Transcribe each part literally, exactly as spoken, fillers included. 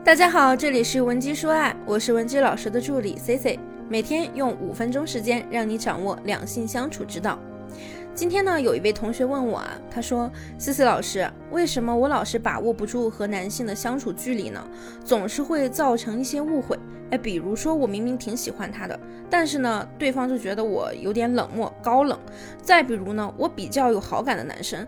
大家好，这里是文姬说爱，我是文姬老师的助理 C C， 每天用五分钟时间让你掌握两性相处之道。今天呢，有一位同学问我啊，他说 C C 老师，为什么我老是把握不住和男性的相处距离呢？总是会造成一些误会。哎，比如说我明明挺喜欢他的，但是呢，对方就觉得我有点冷漠、高冷。再比如呢，我比较有好感的男生，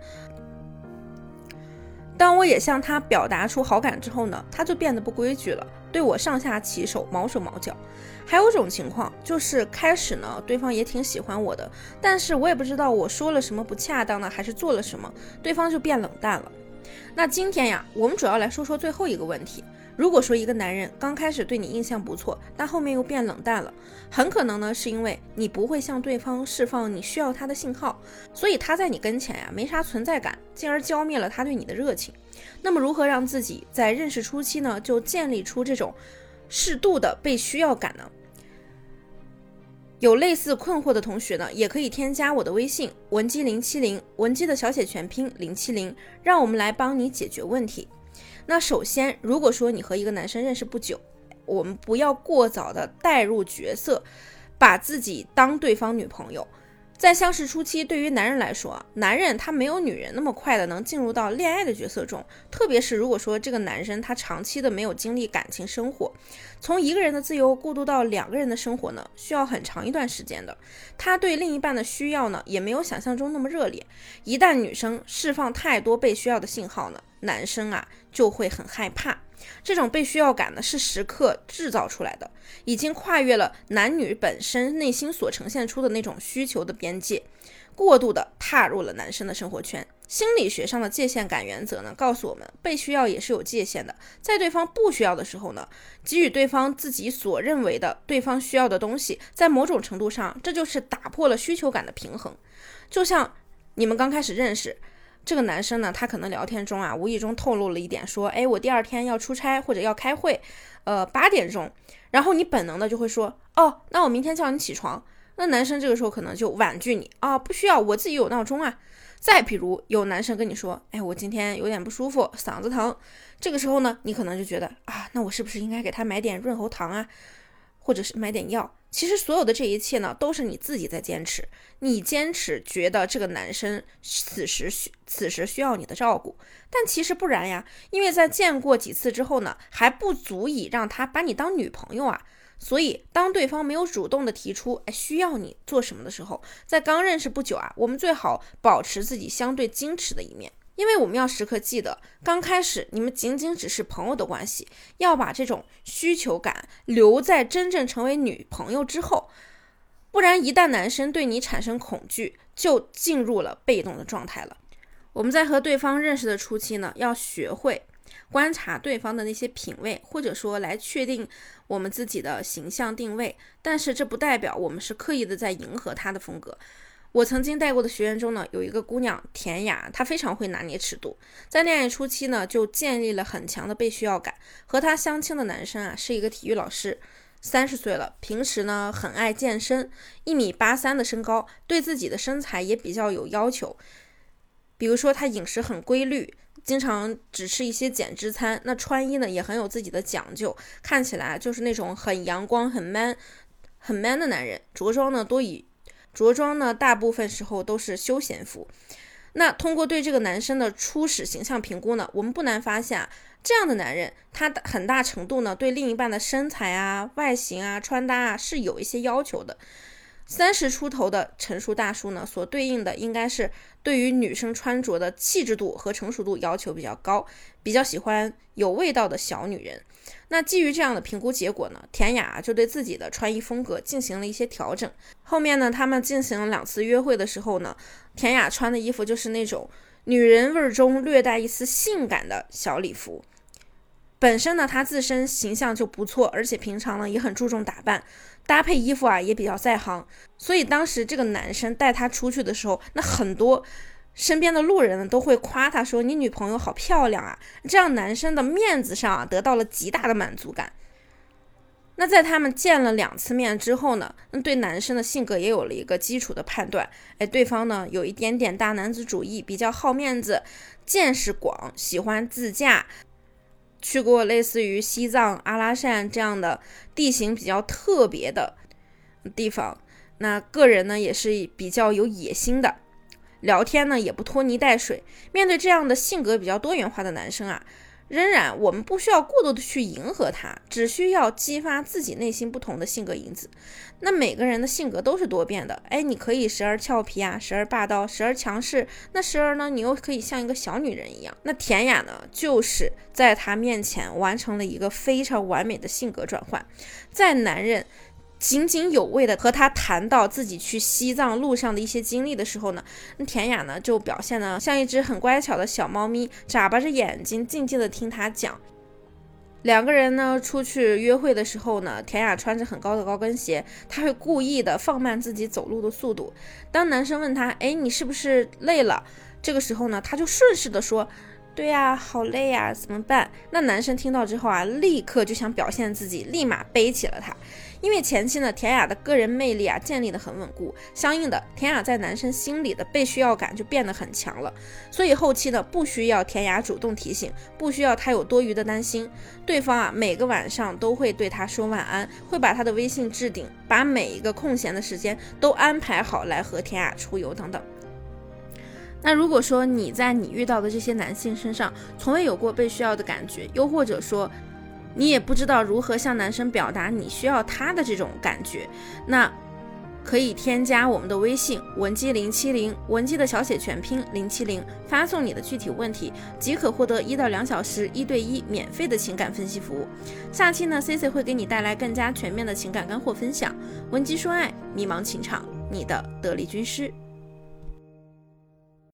当我也向他表达出好感之后呢，他就变得不规矩了，对我上下其手，毛手毛脚。还有一种情况就是开始呢，对方也挺喜欢我的，但是我也不知道我说了什么不恰当的，还是做了什么，对方就变冷淡了。那今天呀，我们主要来说说最后一个问题。如果说一个男人刚开始对你印象不错，但后面又变冷淡了，很可能呢是因为你不会向对方释放你需要他的信号，所以他在你跟前呀没啥存在感，进而浇灭了他对你的热情。那么如何让自己在认识初期呢就建立出这种适度的被需要感呢？有类似困惑的同学呢，也可以添加我的微信文姬零七零，文姬的小写全拼零七零，让我们来帮你解决问题。那首先，如果说你和一个男生认识不久，我们不要过早的带入角色，把自己当对方女朋友。在相识初期，对于男人来说，男人他没有女人那么快的能进入到恋爱的角色中，特别是如果说这个男生他长期的没有经历感情生活，从一个人的自由过渡到两个人的生活呢，需要很长一段时间的。他对另一半的需要呢，也没有想象中那么热烈。一旦女生释放太多被需要的信号呢，男生啊就会很害怕。这种被需要感呢，是时刻制造出来的，已经跨越了男女本身内心所呈现出的那种需求的边界，过度的踏入了男生的生活圈。心理学上的界限感原则呢，告诉我们被需要也是有界限的，在对方不需要的时候呢，给予对方自己所认为的对方需要的东西，在某种程度上，这就是打破了需求感的平衡。就像你们刚开始认识这个男生呢，他可能聊天中啊，无意中透露了一点，说，哎，我第二天要出差或者要开会，呃，八点钟，然后你本能的就会说，哦，那我明天叫你起床。那男生这个时候可能就婉拒你，啊，不需要，我自己有闹钟啊。再比如有男生跟你说，哎，我今天有点不舒服，嗓子疼，这个时候呢，你可能就觉得啊，那我是不是应该给他买点润喉糖啊，或者是买点药？其实所有的这一切呢，都是你自己在坚持，你坚持觉得这个男生此时此时需要你的照顾，但其实不然呀，因为在见过几次之后呢，还不足以让他把你当女朋友啊。所以当对方没有主动的提出哎需要你做什么的时候，在刚认识不久啊，我们最好保持自己相对矜持的一面。因为我们要时刻记得，刚开始你们仅仅只是朋友的关系，要把这种需求感留在真正成为女朋友之后，不然一旦男生对你产生恐惧，就进入了被动的状态了。我们在和对方认识的初期呢，要学会观察对方的那些品味，或者说来确定我们自己的形象定位，但是这不代表我们是刻意的在迎合他的风格。我曾经带过的学员中呢，有一个姑娘田雅，她非常会拿捏尺度，在恋爱初期呢，就建立了很强的被需要感。和她相亲的男生啊，是一个体育老师，三十岁了，平时呢很爱健身，一米八三的身高，对自己的身材也比较有要求。比如说他饮食很规律，经常只吃一些减脂餐，那穿衣呢也很有自己的讲究，看起来就是那种很阳光、很 man、很 man 的男人。着装呢多以着装呢大部分时候都是休闲服。那通过对这个男生的初始形象评估呢，我们不难发现啊，这样的男人他很大程度呢对另一半的身材啊、外形啊、穿搭啊是有一些要求的。三十出头的成熟大叔呢，所对应的应该是对于女生穿着的气质度和成熟度要求比较高，比较喜欢有味道的小女人。那基于这样的评估结果呢，田雅就对自己的穿衣风格进行了一些调整。后面呢，他们进行了两次约会的时候呢，田雅穿的衣服就是那种女人味中略带一丝性感的小礼服。本身呢，她自身形象就不错，而且平常呢也很注重打扮，搭配衣服啊也比较在行。所以当时这个男生带她出去的时候，那很多身边的路人呢都会夸他说，你女朋友好漂亮啊，这样男生的面子上啊得到了极大的满足感。那在他们见了两次面之后呢，那对男生的性格也有了一个基础的判断。哎，对方呢有一点点大男子主义，比较好面子，见识广，喜欢自驾， 去过类似于西藏、阿拉善这样的地形比较特别的地方，那个人呢也是比较有野心的，聊天呢也不拖泥带水。面对这样的性格比较多元化的男生啊，仍然我们不需要过多的去迎合他，只需要激发自己内心不同的性格因子。那每个人的性格都是多变的，哎，你可以时而俏皮啊，时而霸道，时而强势，那时而呢你又可以像一个小女人一样。那田雅呢就是在他面前完成了一个非常完美的性格转换。在男人津津有味的和他谈到自己去西藏路上的一些经历的时候呢，那田雅呢就表现得像一只很乖巧的小猫咪，眨巴着眼睛静静的听他讲。两个人呢出去约会的时候呢，田雅穿着很高的高跟鞋，他会故意的放慢自己走路的速度。当男生问他，哎，你是不是累了？这个时候呢，他就顺势的说，对呀，好累呀，怎么办？那男生听到之后啊，立刻就想表现自己，立马背起了他。因为前期呢，田雅的个人魅力啊建立得很稳固，相应的，田雅在男生心里的被需要感就变得很强了。所以后期呢，不需要田雅主动提醒，不需要他有多余的担心，对方啊每个晚上都会对他说晚安，会把他的微信置顶，把每一个空闲的时间都安排好来和田雅出游等等。那如果说你在你遇到的这些男性身上从未有过被需要的感觉，又或者说你也不知道如何向男生表达你需要他的这种感觉，那可以添加我们的微信文姬零七零，文姬的小写全拼零七零，发送你的具体问题，即可获得一到两小时一对一免费的情感分析服务。下期呢 C C 会给你带来更加全面的情感干货分享，文姬说爱，迷茫情场，你的得力军师。